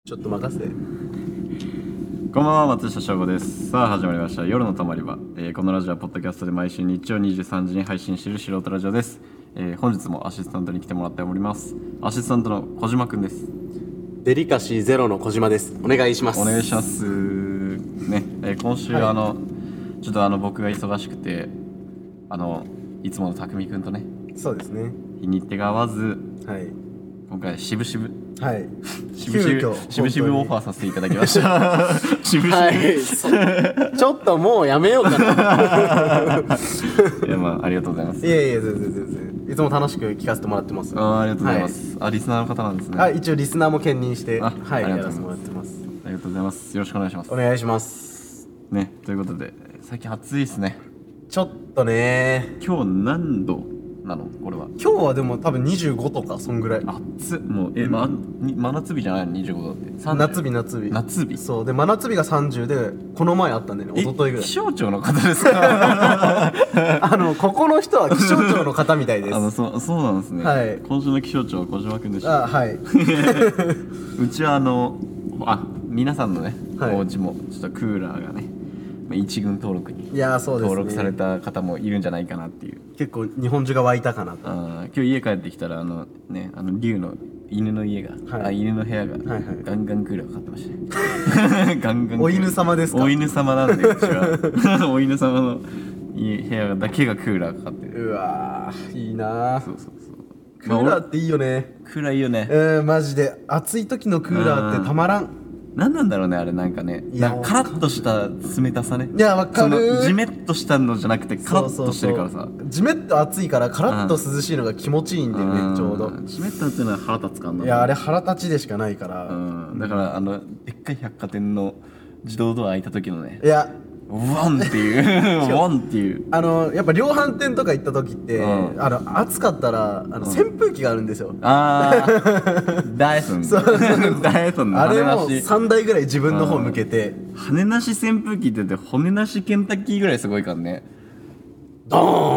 ちょっと任せ。 こんばんは、松下翔吾です。さあ始まりました夜のたまり場、このラジオはポッドキャストで毎週日曜23時に配信している素人ラジオです。本日もアシスタントに来てもらっております。アシスタントの小島くんです。 デリカシーゼロの小島です。お願いします。 お願いしますね。今週、ちょっと僕が忙しくていつもの匠くんとねそうですね。 日に程が合わず、 はい。 今回渋々 はい。 渋々オファーさせていただきました渋々、 はい。ちょっともうやめようかな。 いや、まあありがとうございます。 いやいや、全然いつも楽しく聞かせてもらってます。 ありがとうございます。リスナーの方なんですね。 はい、一応リスナーも兼任して、 はい、 やらせてもらってます。 ありがとうございます。よろしくお願いします。 お願いしますね、ということで最近暑いですね。 ちょっとね。 今日何度なのこれは。 今日はでも多分25とかそんぐらい。 暑っ。もう真夏日じゃないの25度って。 夏日。そうで、真夏日が30で、この前あったんだよね、一昨日ぐらい。 気象庁の方ですか？ ここの人は気象庁の方みたいです。 そうなんですね。 はい。 今週の気象庁は小島くんでした。 はい。 うちは皆さんのね、 はい、 お家もちょっとクーラーがね一軍登録に登録された方もいるんじゃないかなっていう。 結構日本中が湧いたかなと。 今日家帰ってきたら龍の犬の家が、犬の部屋がガンガンクーラーかかってましたね。ガンガン。 お犬様ですか？ お犬様なんでうちはお犬様の部屋だけがクーラーかかってる。 うわー、いいなー。 そうクーラーっていいよね。 クーラーいいよね。 マジで暑い時のクーラーってたまらん。 何なんだろうね、あれ。なんかね、カラッとした冷たさね。 いや、わかる。 ジメッとしたのじゃなくてカラッとしてるからさ。 ジメッと暑いからカラッと涼しいのが気持ちいいんだよね、ちょうど。 ジメッと暑いのは腹立つかんな。 いや、あれ腹立ちでしかないから。 だからでっかい百貨店の自動ドア開いた時のね、 いや、 ワンっていうワンっていう、 やっぱ量販店とか行った時って、暑かったら扇風機があるんですよ。 ダイソン。ダイソンのあれも3台ぐらい自分の方向けて、 羽なし扇風機って言って骨なしケンタッキーぐらいすごいからね。 ドーン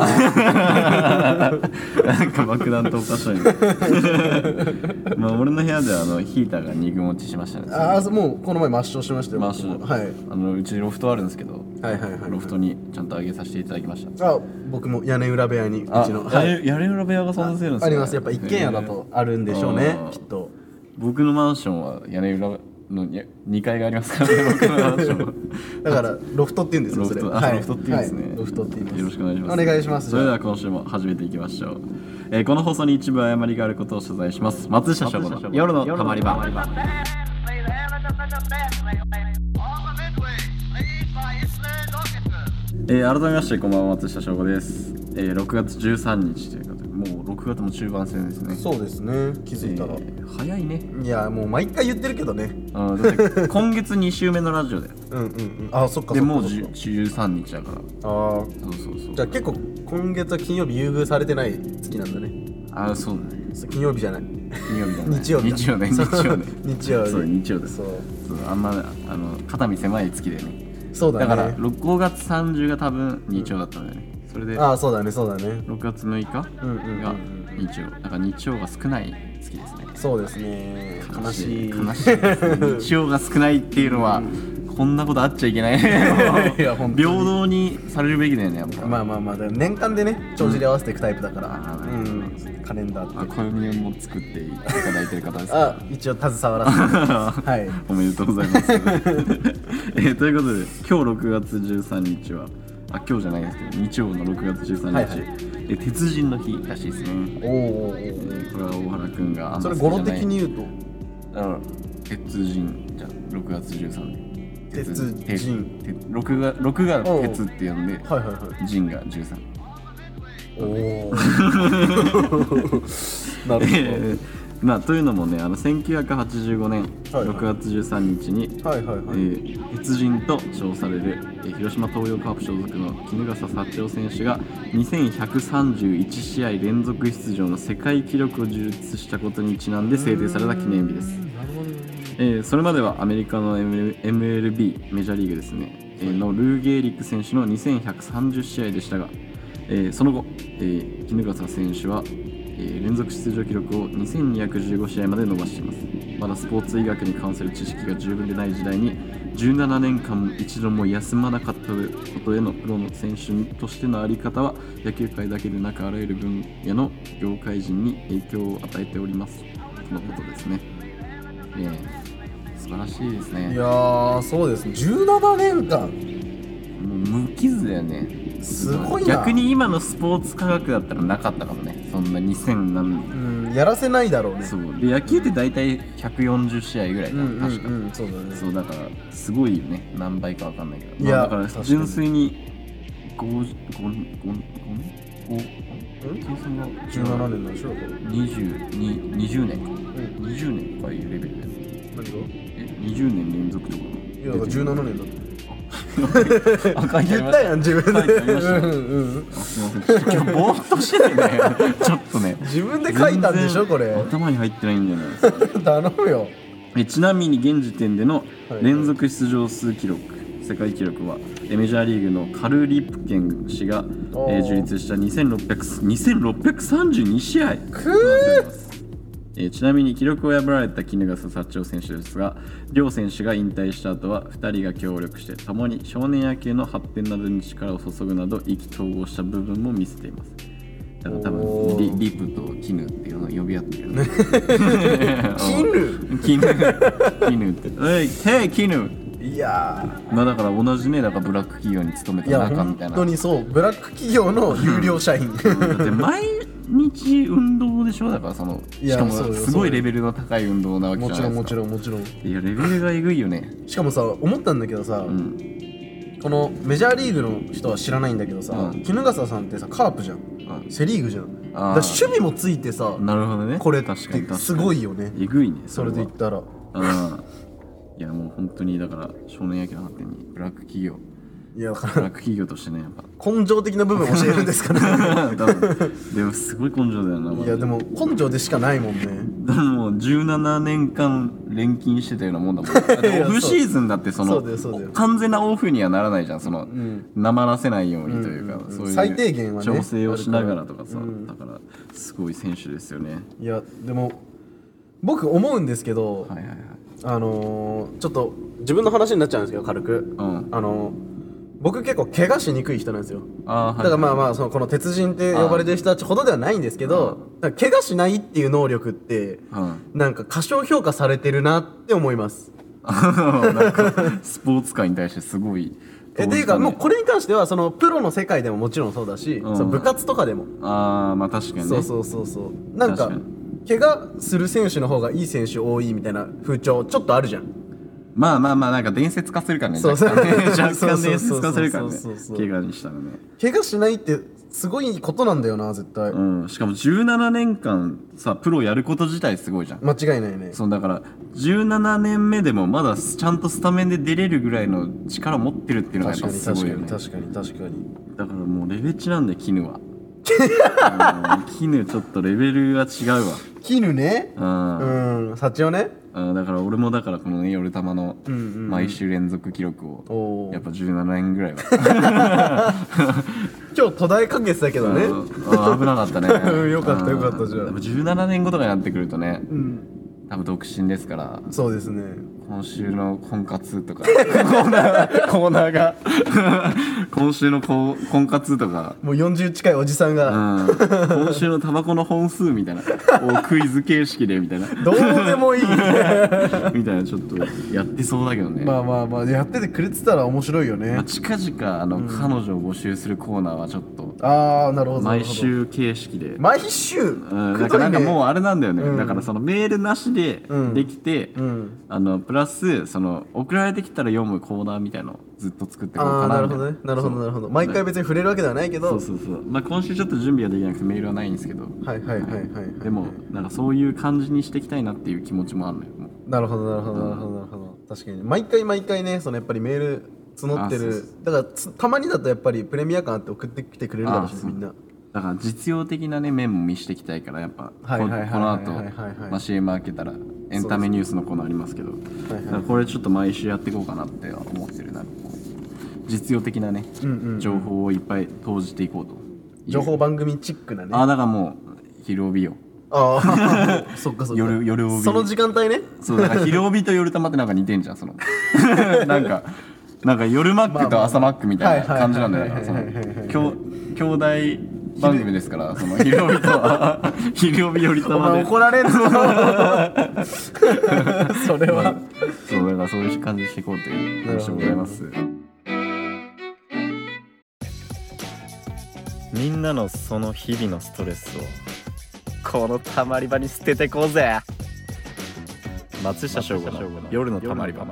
なんか爆弾投下したいまあ俺の部屋ではヒーターが2分落ちしましたね。 もうこの前抹消しましたよ。 抹消。はい。うちロフトあるんですけど、ロフトにちゃんと上げさせていただきました。 僕も屋根裏部屋に、うちの屋根裏部屋が存在するんですか？ あります。やっぱ一軒家だとあるんでしょうね、きっと。 僕のマンションは屋根裏の2階がありますからね、僕のマンションは。 だからロフトって言うんですよ、それ。 ロフトって言うんですね。 ロフトって言います。 よろしくお願いします。 お願いします。 それでは今週も始めていきましょう。この放送に一部誤りがあることを謝罪します。松下翔吾の夜のたまり場。改めましてこんばんは、松下翔吾です。6月13日ということで、もう6月も中盤戦ですね。 そうですね、気づいたら、 早いね。 いや、もう毎回言ってるけどね。 だって今月2週目のラジオだよ。 そっか。 でもう13日だから。そうじゃあ結構今月は金曜日優遇されてない月なんだね。 そうだね。 金曜日じゃない、 金曜日じゃない、 日曜ね。 日曜そうです。あんま肩身狭い月でね。 そうだね。 だから5月30が多分日曜だったんだよね。それでそうだね。 6月6日が日曜。だから日曜が少ない月ですね。 そうですね。悲しいですね。日曜が少ないっていうのはこんなことあっちゃいけない。平等にされるべきだよね、やっぱ。 まあ年間でね、帳尻合わせていくタイプだから。カレンダーって。 暦も作っていただいてる方ですか？ 一応携わらせて。はい。 おめでとうございます。ということで、今日6月13日は今日じゃないですけど、日曜の6月13日、鉄人の日らしいですね。これは大原くんがそれ語呂的に言うと、 鉄人じゃ6月13日。 鉄人。 6が鉄って呼んで、人が13。なるほど。というのもね、1985年6月13日に鉄人と称される広島東洋カープ所属の衣笠祥雄選手が2131試合連続出場の世界記録を樹立したことにちなんで制定された記念日です。それまではアメリカの MLB メジャーリーグですね、のルーゲーリック選手の2130試合でしたが、その後、衣笠選手は連続出場記録を2215試合まで伸ばしています。まだスポーツ医学に関する知識が十分でない時代に17年間一度も休まなかったことへのプロの選手としての在り方は野球界だけでなくあらゆる分野の業界人に影響を与えておりますとのことですね。素晴らしいですね。 いやー、そうですね。17年間もう無傷だよね。 すごいな。 逆に今のスポーツ科学だったらなかったかもね。そんな2000何年、 やらせないだろうね。 そうで、野球って大体140試合ぐらいだ、確か。 そうだね。 そうだからすごいよね。何倍かわかんないけど、 いや、 だから純粋に計算が 17年なんでしょ。 20年か、20年とかいうレベルで、 何が 20年連続とか。 いや、だから17年だって。 言ったやん、自分で。 すいません、今日ぼーっとしててねちょっとね自分で書いたんでしょこれ。 頭に入ってないんだよね頼むよ。 ちなみに現時点での連続出場数記録、世界記録はメジャーリーグのカル・リプケン氏が樹立した2632試合となっております。ちなみに記録を破られた衣笠祥雄選手ですが、両選手が引退した後は2人が協力して共に少年野球の発展などに力を注ぐなど意気投合した部分も見せています。だから多分リプと絹っていうのを呼び合ってるよね絹って「Hey 絹」 いやまあだから同じね、だからブラック企業に勤めた仲みたいな。 本当にそう、ブラック企業の有料社員、 だって毎日運動でしょ。だからそのしかもすごいレベルの高い運動なわけじゃないですか。 もちろんいやレベルがえぐいよね。 しかもさ、思ったんだけどさ、このメジャーリーグの人は知らないんだけどさ、衣笠さんってさカープじゃん、セリーグじゃん。だから守備もついてさ、 なるほどね、 これってすごいよね。 えぐいね。 それで言ったら、 いやもう本当にだから少年野球の発展にブラック企業、 いやだからブラック企業としてね、やっぱ根性的な部分教えるんですかねでもすごい根性だよな。 いやでも根性でしかないもんね。 でも17年間連勤してたようなもんだもん。だってオフシーズンだってその完全なオフにはならないじゃん。そのなまらせないようにというか、そういう最低限はね調整をしながらとかさ、だからすごい選手ですよね。 いやでも僕思うんですけど、ちょっと自分の話になっちゃうんですけど軽く、僕結構怪我しにくい人なんですよ。だからまあまあそのこの鉄人って呼ばれてる人たちほどではないんですけど、怪我しないっていう能力ってなんか過小評価されてるなって思います。 なんかスポーツ界に対してすごいっていうかもうこれに関してはそのプロの世界でももちろんそうだし、その部活とかでも、 まあ確かにね。 そうなんか怪我する選手の方がいい選手多いみたいな風潮ちょっとあるじゃん。 まあなんか伝説化するからね。若干伝説化するからね。怪我にしたらね。 怪我しないってすごいことなんだよな絶対。 しかも17年間さプロやること自体すごいじゃん。 間違いないね。 そうだから17年目でもまだちゃんとスタメンで出れるぐらいの力持ってるっていうのがやっぱすごいよね。 確かにだからもうレベチなんで絹は。絹ちょっとレベルが違うわ。 絹ね。幸代ね。 だから俺もだからこのね夜玉の毎週連続記録をやっぱ17年ぐらいは今日途絶えかけてたけどね。 危なかったね。 よかったじゃあ。 17年後とかになってくるとね、多分独身ですから。 そうですね。 今週の婚活とかコーナーが今週の婚活とかもう40近いおじさんが、 今週のタバコの本数みたいなクイズ形式でみたいなどうでもいいみたいなちょっとやってそうだけどね。 まあやっててくれてたら面白いよね。 近々彼女を募集するコーナーはちょっとなるほど毎週形式で毎週なんかもうあれなんだよね。だからそのメールなしでできてプラスその送られてきたら読むコーナーみたいなのをずっと作っていこうかな。 なるほどね。なるほど。毎回別に触れるわけではないけど、 まあ今週ちょっと準備はできなくてメールはないんですけど、でもなんかそういう感じにしていきたいなっていう気持ちもあるのよ。 なるほど。確かに毎回ね、そのやっぱりメール募ってる。だからたまにだとやっぱりプレミア感あって送ってきてくれるだろうし、みんな。 だから実用的なね面も見していきたいからやっぱこの後CM開けたらエンタメニュースのコーナーありますけど、これちょっと毎週やっていこうかなって思ってるな。実用的なね情報をいっぱい投じていこうと。 情報番組チックなね。 だからもう昼帯よ。 ああそっかそっか、 夜帯。 その時間帯ね。 そうだから昼帯と夜玉ってなんか似てんじゃん、そのなんか夜マックと朝マックみたいな感じなんだよ。兄弟番組ですから、その昼帯と昼帯夜玉で怒られるぞそれはそうだからそういう感じにしていこうという話でございます。みんなのその日々のストレスをこのたまり場に捨ててこうぜ。松下翔吾の夜のたまり場。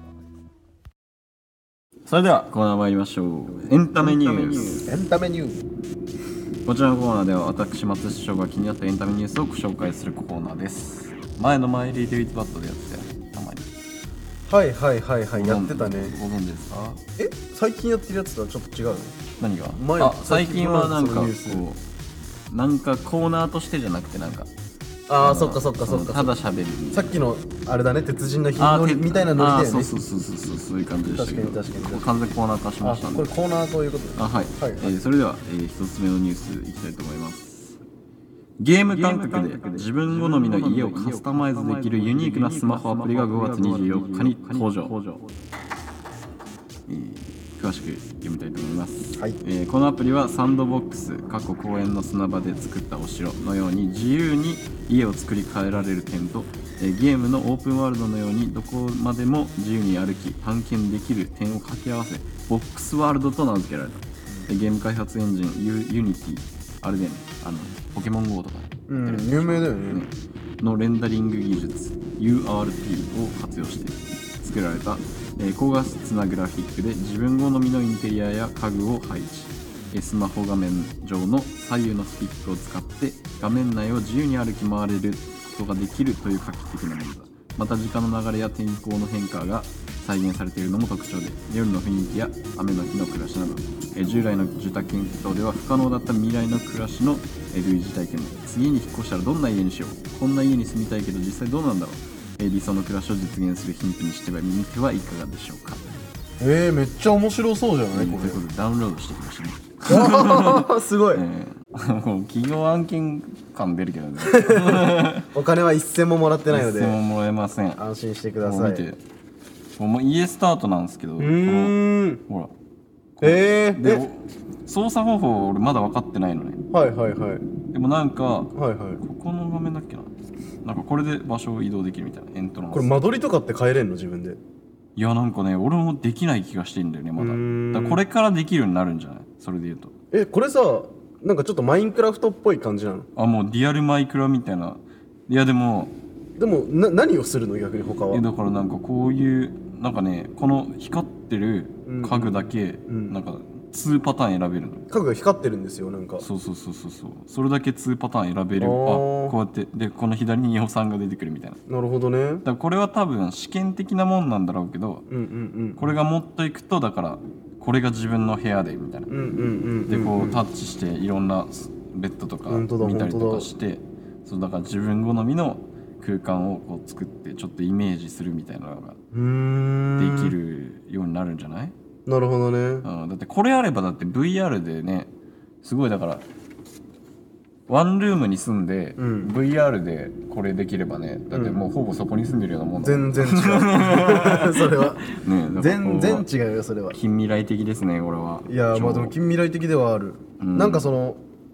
それではコーナー参りましょう。エンタメニュース。こちらのコーナーでは私松下翔吾が気になったエンタメニュースをご紹介するコーナーです。前のマイリー・デビッド・バットでやってたよね、たまに。 はいやってたね。 ご存知ですか？ 最近やってるやつとはちょっと違うの？ 何が？最近はなんかこうなんかコーナーとしてじゃなくてなんかそっかただ喋る。 さっきのあれだね、鉄人の日のみたいなノリだよね。 そういう感じでしたけど。 確かに完全コーナー化しましたね。 これコーナーということで。 はい。それでは一つ目のニュースいきたいと思います。ゲーム感覚で自分好みの家をカスタマイズできるユニークなスマホアプリが5月24日に登場。詳しく読みたいと思います。このアプリはサンドボックス公園の砂場で作ったお城のように自由に家を作り変えられる点と、ゲームのオープンワールドのようにどこまでも自由に歩き探検できる点を掛け合わせボックスワールドと名付けられた。ゲーム開発エンジンユニティ、あれだよね、ポケモン GO とか有名だよねのレンダリング技術 URP を活用して作られた高画質なグラフィックで自分好みのインテリアや家具を配置。スマホ画面上の左右のスティックを使って画面内を自由に歩き回れることができるという画期的なものだ。また時間の流れや天候の変化が再現されているのも特徴で、夜の雰囲気や雨の日の暮らしなど従来の住宅建築では不可能だった未来の暮らしの類似体験も。次に引っ越したらどんな家にしよう、こんな家に住みたいけど実際どうなんだろう、理想の暮らしを実現するヒントにしてみてはいかがでしょうか。 めっちゃ面白そうじゃない？ これということでダウンロードしてきましたね。 すごい、 企業案件感出るけどねお金は一銭ももらってないので一銭ももらえません。 安心してください。 見てもう家スタートなんですけど、ほらで操作方法俺まだ分かってないのね。でもなんか、ここの画面だっけな、なんかこれで場所を移動できるみたいな。エントランス、 これ間取りとかって変えれんの自分で？ いやなんかね俺もできない気がしてんだよねまだ。だからこれからできるようになるんじゃない？それで言うとこれさ、なんかちょっとマインクラフトっぽい感じなの？ もうリアルマイクラみたいな。いやでも何をするの逆に他は？ だからなんかこういうなんかね、この光ってる家具だけなんか2パターン選べるの。 家具が光ってるんですよなんか。 そうそれだけ2パターン選べる。こうやってでこの左に予算が出てくるみたいな。なるほどね。 だからこれは多分試験的なもんなんだろうけど、これがもっといくとだからこれが自分の部屋でみたいな。でこうタッチしていろんなベッドとか見たりとかして、そうだから自分好みの空間をこう作ってちょっとイメージするみたいなのができるようになるんじゃない？ なるほどね。 だってこれあればだって VR でね、すごいだからワンルームに住んで、VR でこれできればね、だってもうほぼそこに住んでるようなもんだ。 全然違うそれはね、全然違うよそれは。 近未来的ですねこれは。 いやまあでも近未来的ではある。なんかその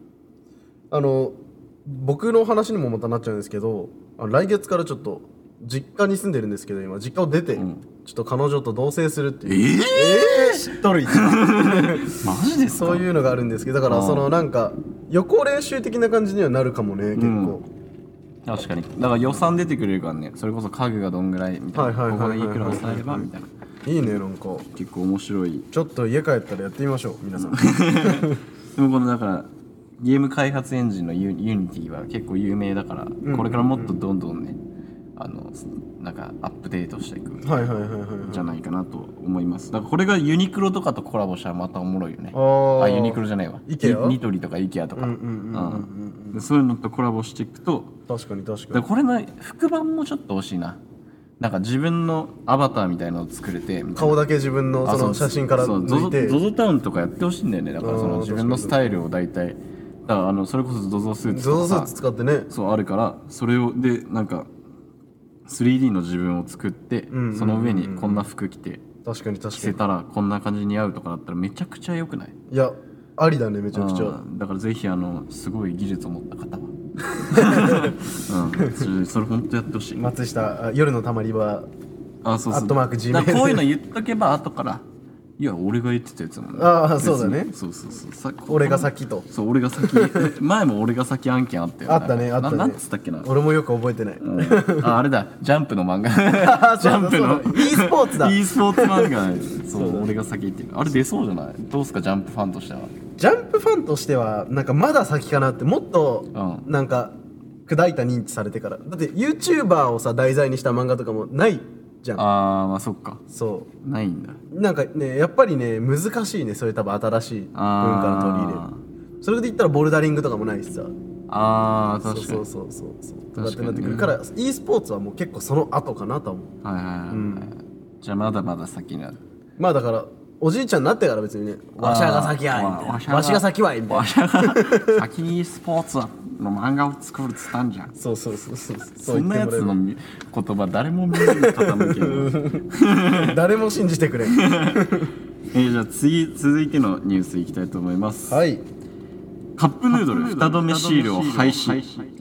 僕の話にもまたなっちゃうんですけど、来月からちょっと実家に住んでるんですけど、今実家を出て、ちょっと彼女と同棲するっていう。知っとるマジですか？ そういうのがあるんですけど、だからそのなんか予行練習的な感じにはなるかもね、結構。 確かに。だから予算出てくれるからね、それこそ家具がどんぐらいみたいな、ここでいくら抑えればみたいな。 いいね、なんか結構面白い。 ちょっと家帰ったらやってみましょう皆さん。 でもこのだからゲーム開発エンジンのユニティは結構有名だから、これからもっとどんどんねなんかアップデートしていくんじゃないかなと思います。だからこれがユニクロとかとコラボしたらまたおもろいよね。ユニクロじゃないわ、ニトリとかイケアとかそういうのとコラボしていくと。 確かにこれの副版もちょっと欲しいな。なんか自分のアバターみたいなのを作れて顔だけ自分のその写真から抜いて ZOZOタウンとかやってほしいんだよね。だからその自分のスタイルを大体だからそれこそ ZOZO スーツとか ZOZO スーツ使ってね、 そうあるから、それをでなんか 3D の自分を作って、その上にこんな服着て確かに着せたらこんな感じに似合うとかだったらめちゃくちゃ良くない？ いやありだね、めちゃくちゃ。 だからぜひすごい技術を持った方はそれ本当やってほしい。 松下夜のたまり場そうアットマーク Gmail こういうの言っとけば後からいや俺が言ってたやつもんね。 そうだね。 そう俺が先と。 そう俺が先前も俺が先案件あったよね。 あったねあったね。 なんつったっけな。 俺もよく覚えてない。 あれだ、ジャンプの漫画。ジャンプの e スポーツだ。 e スポーツ漫画。そう俺が先っていう。あれ出そうじゃない？どうすかジャンプファンとしては。 ジャンプファンとしてはなんかまだ先かなって。もっとなんか砕いた認知されてから。だって YouTuber をさ題材にした漫画とかもないじゃん。 まあそっか。 そうないんだ。 なんかねやっぱりね難しいね、それ多分新しい文化の取り入れ。それで言ったらボルダリングとかもないしさ。 確かに。 そうとかってなってくるから e スポーツはもう結構その後かなと思う。 じゃあまだまだ先にある。 まあだからおじいちゃんになってから別にね、わしゃが先やみたいな、わしが先はいみたいな、 わしゃが先に e スポーツの漫画を作るっつったんじゃん。 そうそんなやつの言葉誰も耳に傾ける誰も信じてくれじゃあ続いてのニュースいきたいと思います。 はい。 カップヌードル蓋止めシールを廃止。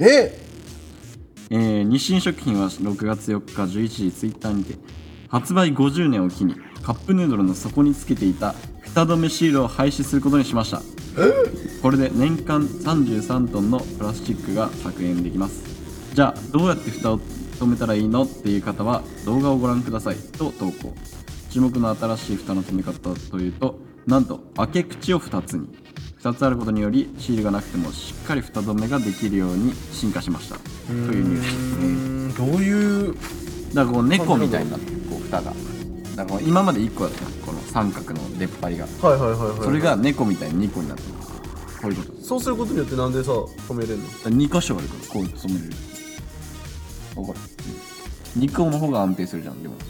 日清食品は6月4日11時ツイッターにて発売50年を機にカップヌードルの底につけていた蓋止めシールを廃止することにしました。これで年間33トンのプラスチックが削減できます。じゃあどうやって蓋を止めたらいいのっていう方は動画をご覧くださいと投稿。注目の新しい蓋の止め方というと、なんと開け口を2つに2つあることによりシールがなくてもしっかり蓋止めができるように進化しましたというニュースですね。 どういうだからこう猫みたいになってこう蓋がだから今まで1個だったこの三角の出っ張りが、それが猫みたいに2個になってる。こういうこと。 そうすることによってなんでさ止めれるの ？2箇所あるからこう止めれる。分かる？2個の方が安定するじゃん。でも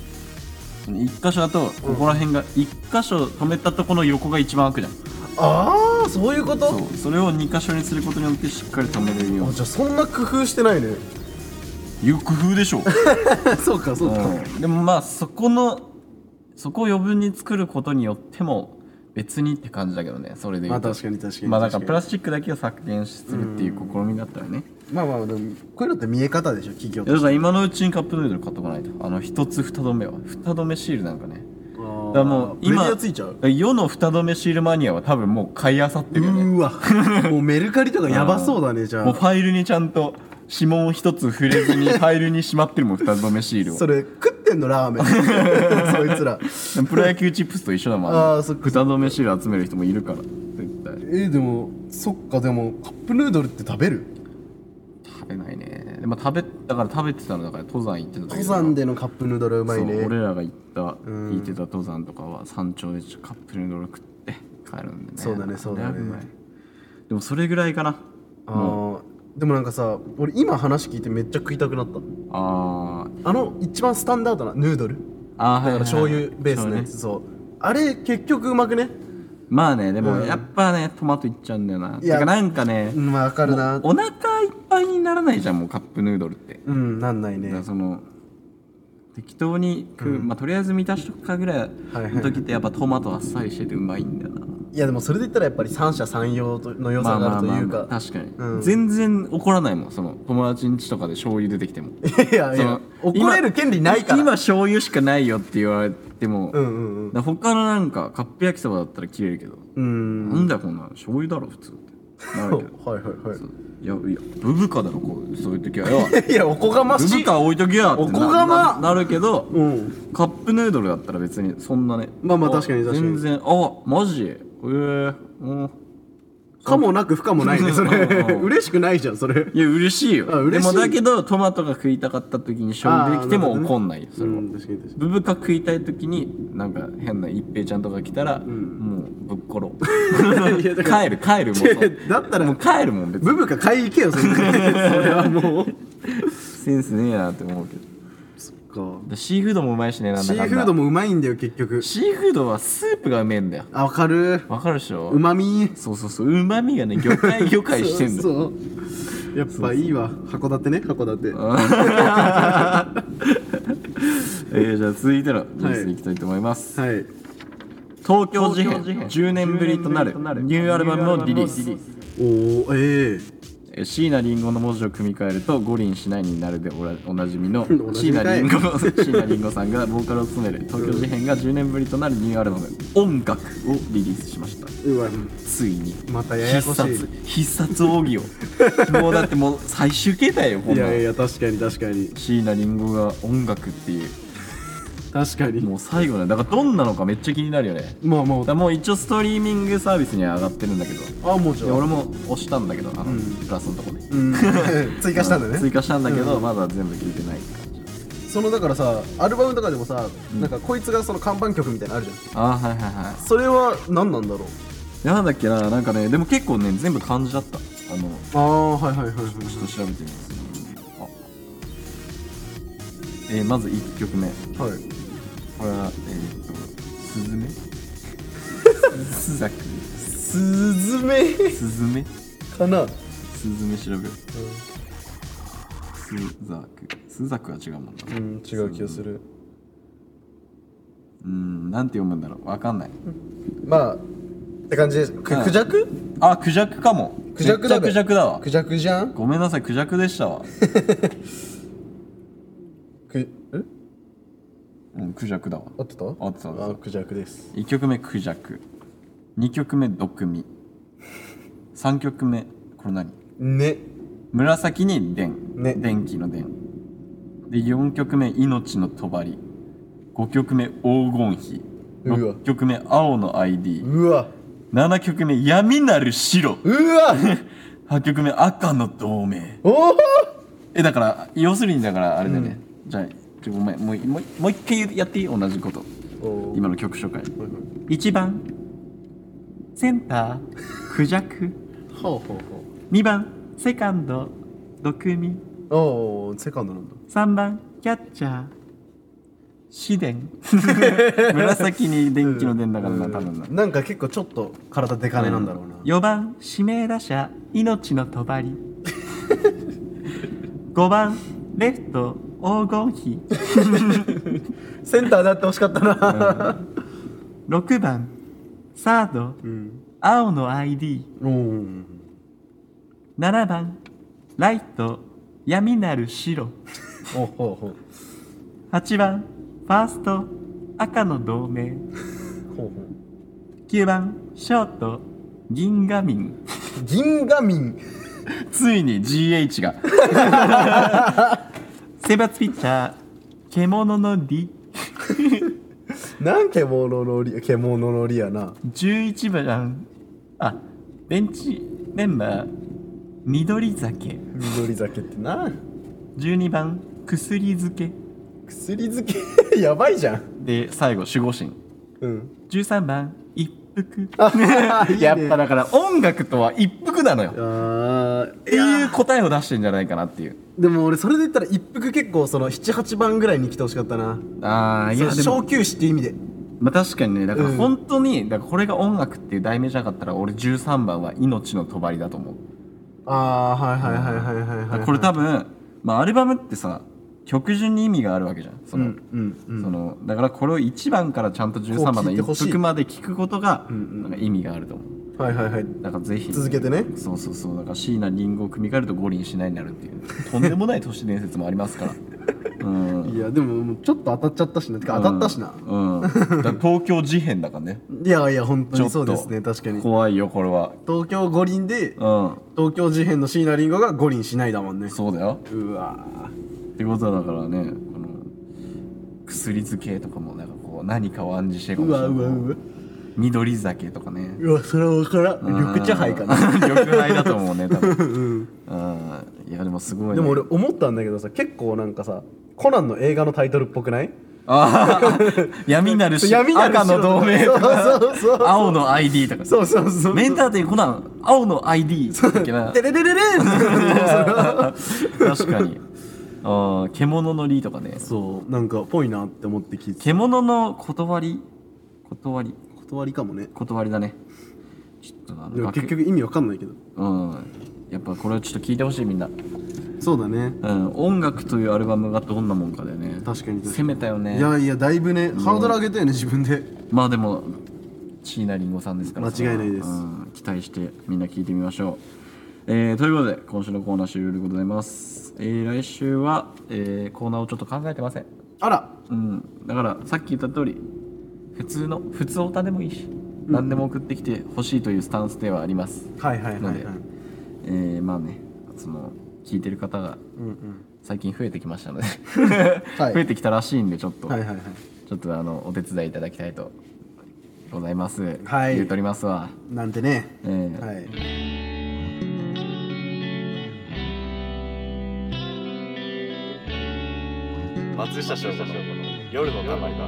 1箇所だとここら辺が1箇所止めたとこの横が一番開くじゃん。 そういうこと？ それを2箇所にすることによってしっかり止めれるように。 じゃあそんな工夫してないね。 いう工夫でしょそうか、 でもまあそこを余分に作ることによっても別にって感じだけどね。それで言うと確かにまあなんかプラスチックだけを削減するっていう試みだったらね。 でもこういうのって見え方でしょ、企業として。 だから今のうちにカップヌードル買っとかないと。一つ蓋止めは蓋止めシールなんかね。だからもう今世の蓋止めシールマニアは多分もう買い漁ってるよね。 うわもうメルカリとかやばそうだね。じゃあもうファイルにちゃんと指紋一つ触れずにファイルにしまってるもん蓋止めシールを。 それ食ってんのラーメンそいつらプロ野球チップスと一緒だもん。蓋止めシール集める人もいるから絶対。 でもそっか。でもカップヌードルって食べる？ 食べないね。でも食べてたのだから登山行ってた時。 登山でのカップヌードルうまいね。 俺らが行ってた登山とかは山頂でカップヌードル食って帰るんでね。 そうだね。 でもそれぐらいかな。 でもなんかさ、俺今話聞いてめっちゃ食いたくなった。一番スタンダードなヌードル、だから醤油ベースのやつ。そうあれ結局うまくね。 まあね、でもやっぱねトマトいっちゃうんだよな。だからなんかね、 わかるな。 お腹いっぱいにならないじゃんもうカップヌードルって。 なんないね。 だから適当に食う、とりあえず満たしとくかぐらいの時ってやっぱトマトあっさりしててうまいんだよな。 いやでもそれで言ったらやっぱり三者三様の良さがあるというか。 確かに、全然怒らないもん。友達ん家とかで醤油出てきてもいや怒れる権利ないから。 今醤油しかないよって言われても、他のなんかカップ焼きそばだったら切れるけど、なんだよこんな醤油だろ普通ってなるけどいやブブカだろそういう時はよいやおこがましい。 ブブカ置いとけやっておこがまなるけど、カップヌードルだったら別にそんなね。 まあ確かに全然マジかもなく不可もないねそれ嬉しくないじゃんそれ。 いや嬉しいよ。でもだけどトマトが食いたかった時に醤油できても怒んないよ。それはブブカ食いたい時になんか変な一平ちゃんとか来たらもうぶっころ帰るもん。 だったらもう帰るもん別に。 ブブカ買い行けよそれはもうセンスねえなって思うけど。 そっか。 でシーフードもうまいしね、なんだかんだ。 シーフードもうまいんだよ結局。 シーフードはスープがうめえんだよ。 あ、わかる。 わかるでしょ。 うまみ。 そうそうそう、うまみがね、魚介してんだよ。 そうやっぱいいわ。函館ね、函館。 じゃあ続いてのニュースいきたいと思います。 はい。 東京事変10年ぶりとなるニューアルバムをリリース。 おお、 椎名林檎の文字を組み替えると五輪しないになるでおなじみの椎名林檎さんがボーカルを務める東京事変が10年ぶりとなるニューアルバム「音楽」をリリースしました。ついにまたややこしい必殺奥義をもうだってもう最終形態よ。 いやいや、確かに確かに。 椎名林檎が音楽っていう、 確かにもう最後ね、だからどんなのかめっちゃ気になるよね。 もう一応ストリーミングサービスには上がってるんだけど、 もちろん俺も押したんだけど、プラスのとこで追加したんだね。 追加したんだけど、まだ全部聞いてないって感じ。 そのだからさ、アルバムとかでもさ、なんかこいつがその看板曲みたいなのあるじゃん。 はいはいはい。 それは何なんだろう。 なんだっけな、なんかね、でも結構ね、全部漢字だった。 はいはいはいはい。 ちょっと調べてみます。まず1曲目。 はい。 これはスズメスザクスズメかな。 スズメ調べる。スザクは違うもんな。 違う気がする。 なんて読むんだろう、わかんない。 まあって感じです。クジャク？ あ、クジャクかも。 クジャクだわ。クジャクじゃん。 ごめんなさい、クジャクでしたわ。クジャクだわ。 合ってた？ 合ってた。 クジャクです。 1曲目クジャク、2曲目毒味、3曲目これ何？ ね。 紫に電、 ね、 電気の電で、4曲目命の帳、5曲目黄金比、6曲目青の ID、 7曲目闇なる白、8曲目赤の同盟。だから要するにだからあれだよね、じゃあごめん、もう一回やっていい？同じこと。今の曲紹介。1番センタークジャク、2番セカンド毒味、 セカンドなんだ。 3番キャッチャー紫電。紫に電気の電だからな、多分な。 なんか結構ちょっと体でかめなんだろうな。 4番指名打者命の帳、5番レフト黄金比。 センターであってほしかったな。 6番サード、青の ID。 7番ライト闇なる白。8番ファースト赤の同盟。9番ショート銀河民。ついに GH が。選抜ピッチャー獣のリ。 なん獣のリやな。 11番ベンチメンバー緑酒ってな。 12番薬漬けやばいじゃん。 で最後守護神。13番一服。やっぱだから音楽とは一服なのよっていう答えを出してんじゃないかなっていう。 でも俺それで言ったら一服結構その7、8番ぐらいに来てほしかったな。 いや小休止っていう意味で。 まあ確かにね、だから本当にだからこれが音楽っていう題名じゃなかったら俺13番は命の帳だと思う。これ多分まあアルバムってさ曲順に意味があるわけじゃん。だからこれを1番からちゃんと13番の一服まで聞くことがなんか意味があると思う。だからぜひ続けてね。 そうだから椎名林檎を組み替えると五輪しないになるっていうとんでもない都市伝説もありますから。 いやでもちょっと当たっちゃったしな。当たったしな。 だ東京事変だからね。 いや本当にそうですね。確かに怖いよこれは。 東京五輪で東京事変の椎名林檎が五輪しないだもんね。 そうだよ。 うわってことはだからね、この薬漬けとかもなんかこう何かを暗示してるかもしれない。緑酒とかね。 それは分からん。緑茶杯かな。 緑杯だと思うね多分。いやでもすごいね。 でも俺思ったんだけどさ、結構なんかさコナンの映画のタイトルっぽくない？ 闇なる赤の同盟とか青の ID とか。メンターテイコナン青の ID だっけな。 デレレレレン。 確かに。 獣のりとかね。 そうなんかぽいなって思って聞いて。 獣の断りかもね。 断りだね。ちょっとでも結局意味わかんないけど。 やっぱこれをちょっと聞いてほしいみんな。 そうだね。 音楽というアルバムがどんなもんかだよね。 確かに攻めたよね。 いやいやだいぶねハードル上げたよね自分で。 まあでも椎名林檎さんですから間違いないです。 期待してみんな聞いてみましょう。ということで今週のコーナー終了でございます。来週は、コーナーをちょっと考えてません。 あら。 だからさっき言った通り普通オタでもいいし、何でも送ってきてほしいというスタンスではあります。 はいはいはいはい。 まあねその聞いてる方が最近増えてきましたのではい、 増えてきたらしいんでちょっと、 はいはいはい、 ちょっとお手伝いいただきたいとございます。 はい、 言うとりますわ。 なんてね。 はい。 松下翔吾の夜のたまり場。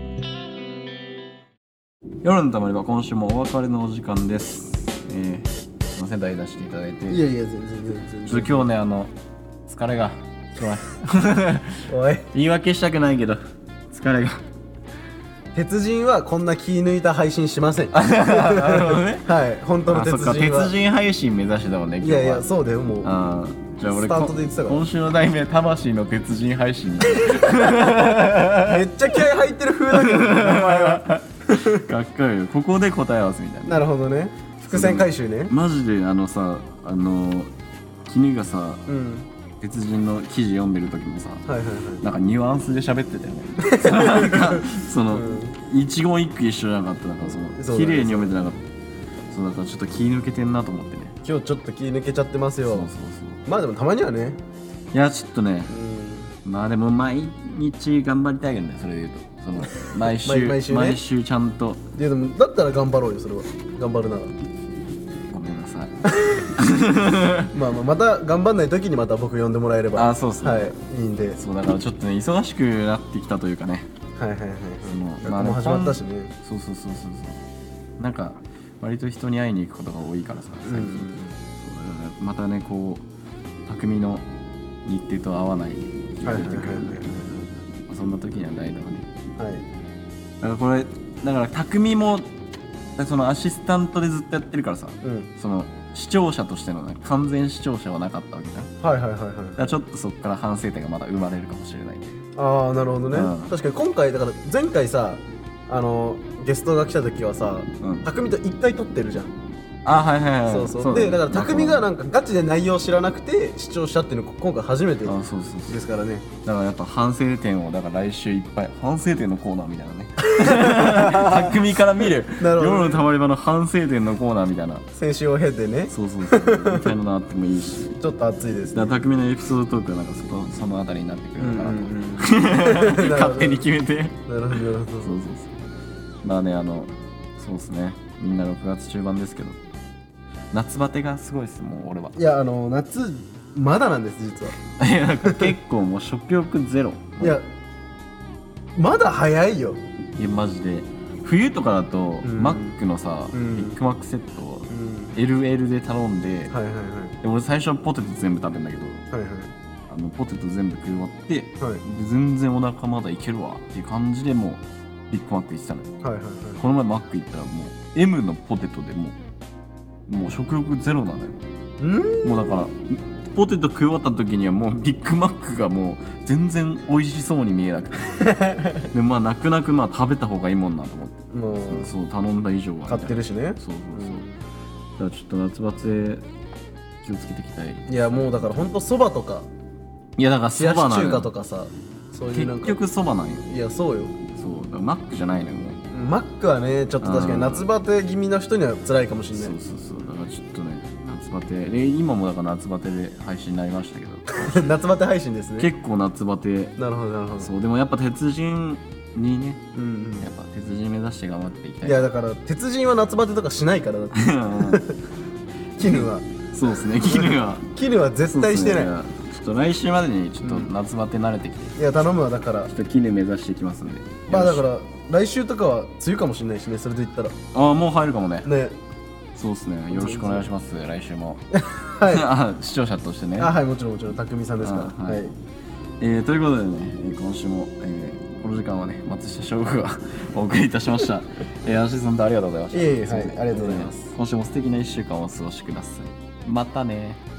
夜のたまり場、今週もお別れのお時間です。すいません代打していただいて。 いやいや全然ちょっと今日ね疲れがおい言い訳したくないけど疲れが。 鉄人はこんな気抜いた配信しません。 なるほどね。 はい本当の鉄人は。 鉄人配信目指してたもんね今日は。 いやいやそうだよもう。 じゃあ俺スタートで言ってたから。 今週の題名魂の鉄人配信。めっちゃ気合入ってる風だけど名前は。 かっこいいよ。ここで答え合わせみたいな。 なるほどね。伏線回収ね。 マジで君がさ、鉄人の記事読んでる時もさ、なんかニュアンスで喋ってたよね。なんかその、一言一句一緒じゃなかった。なんかその綺麗に読めてなかった。そうだからちょっと気抜けてんなと思ってね。 今日ちょっと気抜けちゃってますよ。そうまあでもたまにはね。 いやちょっとね、まあでも毎日頑張りたいけどね。それで言うとその毎週ちゃんと。 いやでもだったら頑張ろうよそれは。頑張るなら。 ごめんなさい。 また頑張んない時にまた僕呼んでもらえれば。 そうっすね。 はいいいんで。 そうだからちょっとね忙しくなってきたというかね。 はいはいはい。学校も始まったしね。 そうなんか割と人に会いに行くことが多いからさ最近。またねこう匠の日程と合わない日が出てくるんで、そんな時には代打はね。だからこれだから匠もそのアシスタントでずっとやってるからさ、その視聴者としての、ね、完全視聴者はなかったわけじゃん。だからちょっとそこから反省点がまだ生まれるかもしれない。 ああなるほどね。確かに今回だから前回さゲストが来た時はさ、匠と一回撮ってるじゃん。そうでだから匠がなんかガチで内容知らなくて視聴者っていうの今回初めてですからね。 だからやっぱ反省点をだから来週いっぱい反省点のコーナーみたいなね。匠から見る夜のたまり場の反省点のコーナーみたいな。 先週を経てね。 そうみたいなのあってもいいし。 ちょっと熱いですね。 匠のエピソードトークはなんかそのあたりになってくるのかなと勝手に決めて。 なるほどまあねそうですね。みんな6月中盤ですけど夏バテがすごいです。もう俺は。 いや夏まだなんです実は。 いや結構もう食欲ゼロ。 いやまだ早いよ。 いやマジで冬とかだと、マックのさ、ビッグマックセットを LL で頼んで、で俺最初はポテト全部食べるんだけど、ポテト全部食い終わって、全然お腹まだいけるわっていう感じでもうビッグマック行ってたのよ。この前マック行ったらもう M のポテトでもう食欲ゼロなのよ。もうだからポテト食い終わった時にはもうビッグマックがもう全然美味しそうに見えなくてで泣く食べた方がいいもんなと思って、そう頼んだ以上は買ってるしね。 そうだからちょっと夏バテ気をつけていきたい。 いやもうだからほんとそばとか、 いやだからそばなのよ。 中華とかさ、そういうなんか結局そばなんよ。 いやそうよ。 そうだからマックじゃないのよ。もうマックはねちょっと確かに夏バテ気味の人には辛いかもしれない。 そうだからちょっとね夏バテで今もだから夏バテで配信になりましたけど夏バテ配信ですね。 結構夏バテ。 なるほど。 そうでもやっぱ鉄人にね、やっぱ鉄人目指して頑張っていきたい。 いやだから鉄人は夏バテとかしないからだって絹はそうですね。 絹は絶対してない。 ちょっと来週までにちょっと夏バテ慣れてきて、 いや頼むわ。だからちょっと絹目指していきますんで。 まあだから来週とかは梅雨かもしれないしね。それで言ったらもう入るかもね。そうですね。よろしくお願いします。来週も。視聴者としてね。 はいもちろん匠さんですから。 ということでね、今週も、この時間はね、松下翔吾がお送りいたしました。アシスタントありがとうございました。 はい、ありがとうございます。 今週も素敵な1週間をお過ごしください。またね。